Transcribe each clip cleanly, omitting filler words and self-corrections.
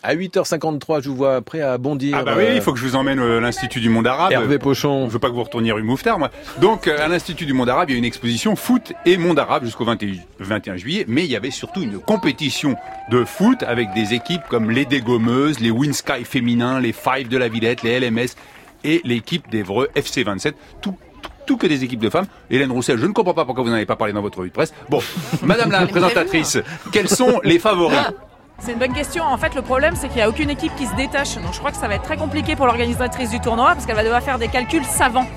À 8h53, je vous vois prêt à bondir. Ah bah oui, il faut que je vous emmène à l'Institut du monde arabe. Hervé Pochon. Je veux pas que vous retourniez rue Mouffetard, moi. Donc, à l'Institut du monde arabe, il y a une exposition foot et monde arabe jusqu'au 21 juillet. Mais il y avait surtout une compétition de foot avec des équipes comme les Dégommeuses, les Winsky féminins, les Five de la Villette, les LMS et l'équipe d'Évreux FC 27. Tout que des équipes de femmes. Hélène Roussel, je ne comprends pas pourquoi vous n'en avez pas parlé dans votre revue de presse. Bon, madame la présentatrice, quels sont les favoris? C'est une bonne question. En fait, le problème, c'est qu'il n'y a aucune équipe qui se détache. Donc je crois que ça va être très compliqué pour l'organisatrice du tournoi parce qu'elle va devoir faire des calculs savants.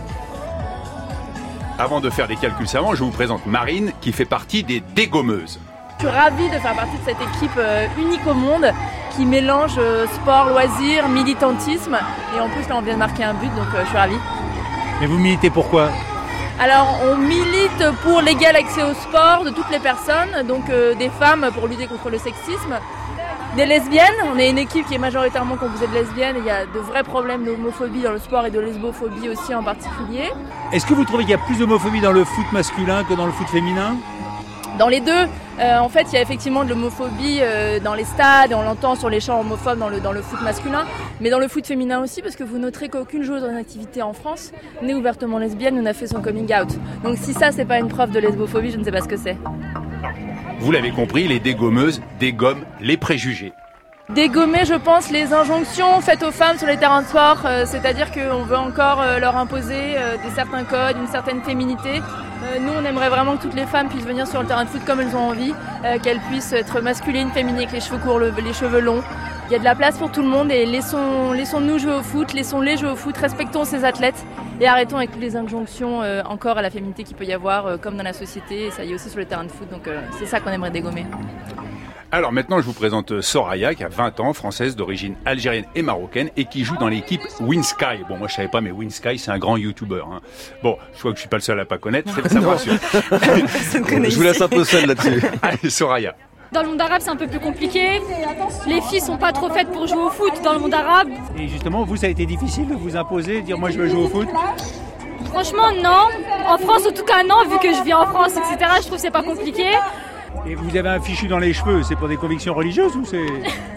Avant de faire des calculs savants, je vous présente Marine qui fait partie des Dégommeuses. Je suis ravie de faire partie de cette équipe unique au monde qui mélange sport, loisirs, militantisme. Et en plus, là, on vient de marquer un but, donc je suis ravie. Mais vous militez pourquoi? Alors, on milite pour l'égal accès au sport de toutes les personnes, donc des femmes pour lutter contre le sexisme, des lesbiennes. On est une équipe qui est majoritairement composée de lesbiennes. Il y a de vrais problèmes d'homophobie dans le sport et de lesbophobie aussi en particulier. Est-ce que vous trouvez qu'il y a plus d'homophobie dans le foot masculin que dans le foot féminin? Dans les deux, en fait, il y a effectivement de l'homophobie dans les stades, et on l'entend sur les chants homophobes dans le foot masculin, mais dans le foot féminin aussi, parce que vous noterez qu'aucune joueuse en activité en France n'est ouvertement lesbienne ou n'a fait son coming out. Donc si ça, c'est pas une preuve de lesbophobie, je ne sais pas ce que c'est. Vous l'avez compris, les Dégommeuses dégomment les préjugés. Dégommer, je pense, les injonctions faites aux femmes sur les terrains de sport, c'est-à-dire qu'on veut encore leur imposer certains codes, une certaine féminité. Nous, on aimerait vraiment que toutes les femmes puissent venir sur le terrain de foot comme elles ont envie, qu'elles puissent être masculines, féminines, avec les cheveux courts, les cheveux longs. Il y a de la place pour tout le monde et laissons-nous jouer au foot, laissons-les jouer au foot, respectons ces athlètes et arrêtons avec toutes les injonctions encore à la féminité qu'il peut y avoir comme dans la société, et ça y est aussi sur le terrain de foot, donc c'est ça qu'on aimerait dégommer. Alors maintenant, je vous présente Soraya, qui a 20 ans, française d'origine algérienne et marocaine, et qui joue dans l'équipe Winsky. Bon, moi je savais pas, mais Winsky, c'est un grand YouTuber. Hein. Bon, je vois que je suis pas le seul à pas connaître, ça me rassure. Je vous laisse un peu seul là-dessus. Allez, Soraya. Dans le monde arabe, c'est un peu plus compliqué. Les filles sont pas trop faites pour jouer au foot dans le monde arabe. Et justement, vous, ça a été difficile de vous imposer, de dire moi je veux jouer au foot? Franchement, non. En France, en tout cas, non, vu que je vis en France, etc., je trouve que c'est pas compliqué. Et vous avez un fichu dans les cheveux, c'est pour des convictions religieuses ou c'est...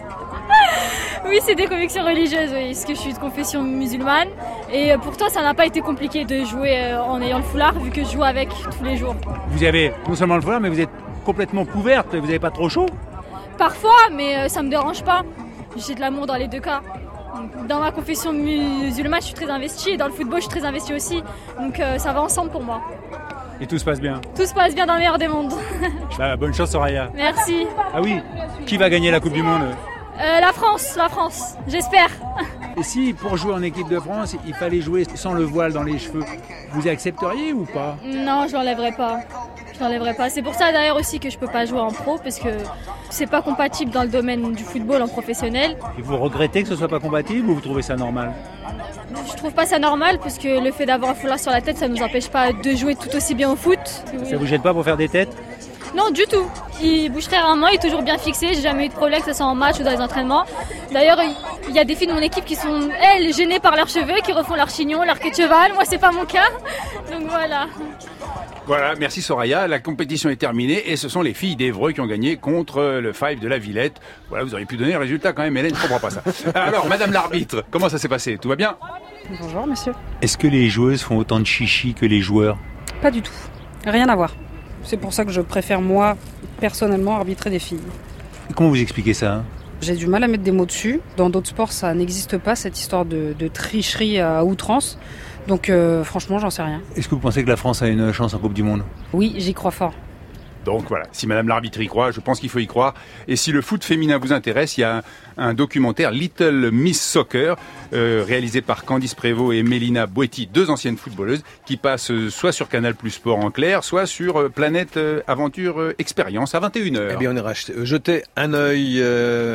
Oui, c'est des convictions religieuses, oui, parce que je suis de confession musulmane. Et pourtant, ça n'a pas été compliqué de jouer en ayant le foulard, vu que je joue avec tous les jours. Vous avez non seulement le foulard, mais vous êtes complètement couverte, vous n'avez pas trop chaud? Parfois, mais ça me dérange pas. J'ai de l'amour dans les deux cas. Dans ma confession musulmane, je suis très investie, et dans le football, je suis très investie aussi. Donc ça va ensemble pour moi. Et tout se passe bien? Tout se passe bien dans le meilleur des mondes. Bah, bonne chance, Soraya. Merci. Ah oui, qui va gagner la Coupe du Monde? La France, j'espère. Et si, pour jouer en équipe de France, il fallait jouer sans le voile dans les cheveux, vous accepteriez ou pas? Non, je l'enlèverai pas. C'est pour ça d'ailleurs aussi que je peux pas jouer en pro, parce que c'est pas compatible dans le domaine du football en professionnel. Et vous regrettez que ce soit pas compatible ou vous trouvez ça normal? Je trouve pas ça normal, parce que le fait d'avoir un foulard sur la tête, ça nous empêche pas de jouer tout aussi bien au foot. Ça vous gêne pas pour faire des têtes? Non, du tout. Il bouge très rarement, il est toujours bien fixé. J'ai jamais eu de problème, que ce soit en match ou dans les entraînements. D'ailleurs, il y a des filles de mon équipe qui sont, elles, gênées par leurs cheveux, qui refont leur chignon, leur queue de cheval. Moi, c'est pas mon cas. Donc voilà. Voilà, merci Soraya. La compétition est terminée et ce sont les filles d'Évreux qui ont gagné contre le Five de la Villette. Voilà, vous auriez pu donner le résultat quand même, Hélène, je comprends pas ça. Alors, madame l'arbitre, comment ça s'est passé? Tout va bien? Bonjour monsieur. Est-ce que les joueuses font autant de chichi que les joueurs? Pas du tout. Rien à voir. C'est pour ça que je préfère, moi, personnellement, arbitrer des filles. Comment vous expliquez ça? J'ai du mal à mettre des mots dessus. Dans d'autres sports, ça n'existe pas, cette histoire de tricherie à outrance. Donc franchement, j'en sais rien. Est-ce que vous pensez que la France a une chance en Coupe du Monde? Oui, j'y crois fort. Donc voilà, si madame l'arbitre y croit, je pense qu'il faut y croire. Et si le foot féminin vous intéresse, il y a un documentaire Little Miss Soccer, réalisé par Candice Prévost et Mélina Boetti, deux anciennes footballeuses, qui passe soit sur Canal Plus Sport en clair, soit sur Planète Aventure Expérience à 21h. Eh bien, on est jeté un œil...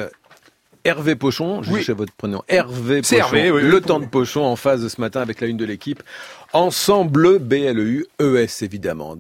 Hervé Pochon, je cherchais votre prénom. Hervé Pochon, Hervé, oui, le temps de Pochon en phase ce matin avec la une de l'équipe. Ensemble, BLEUES évidemment.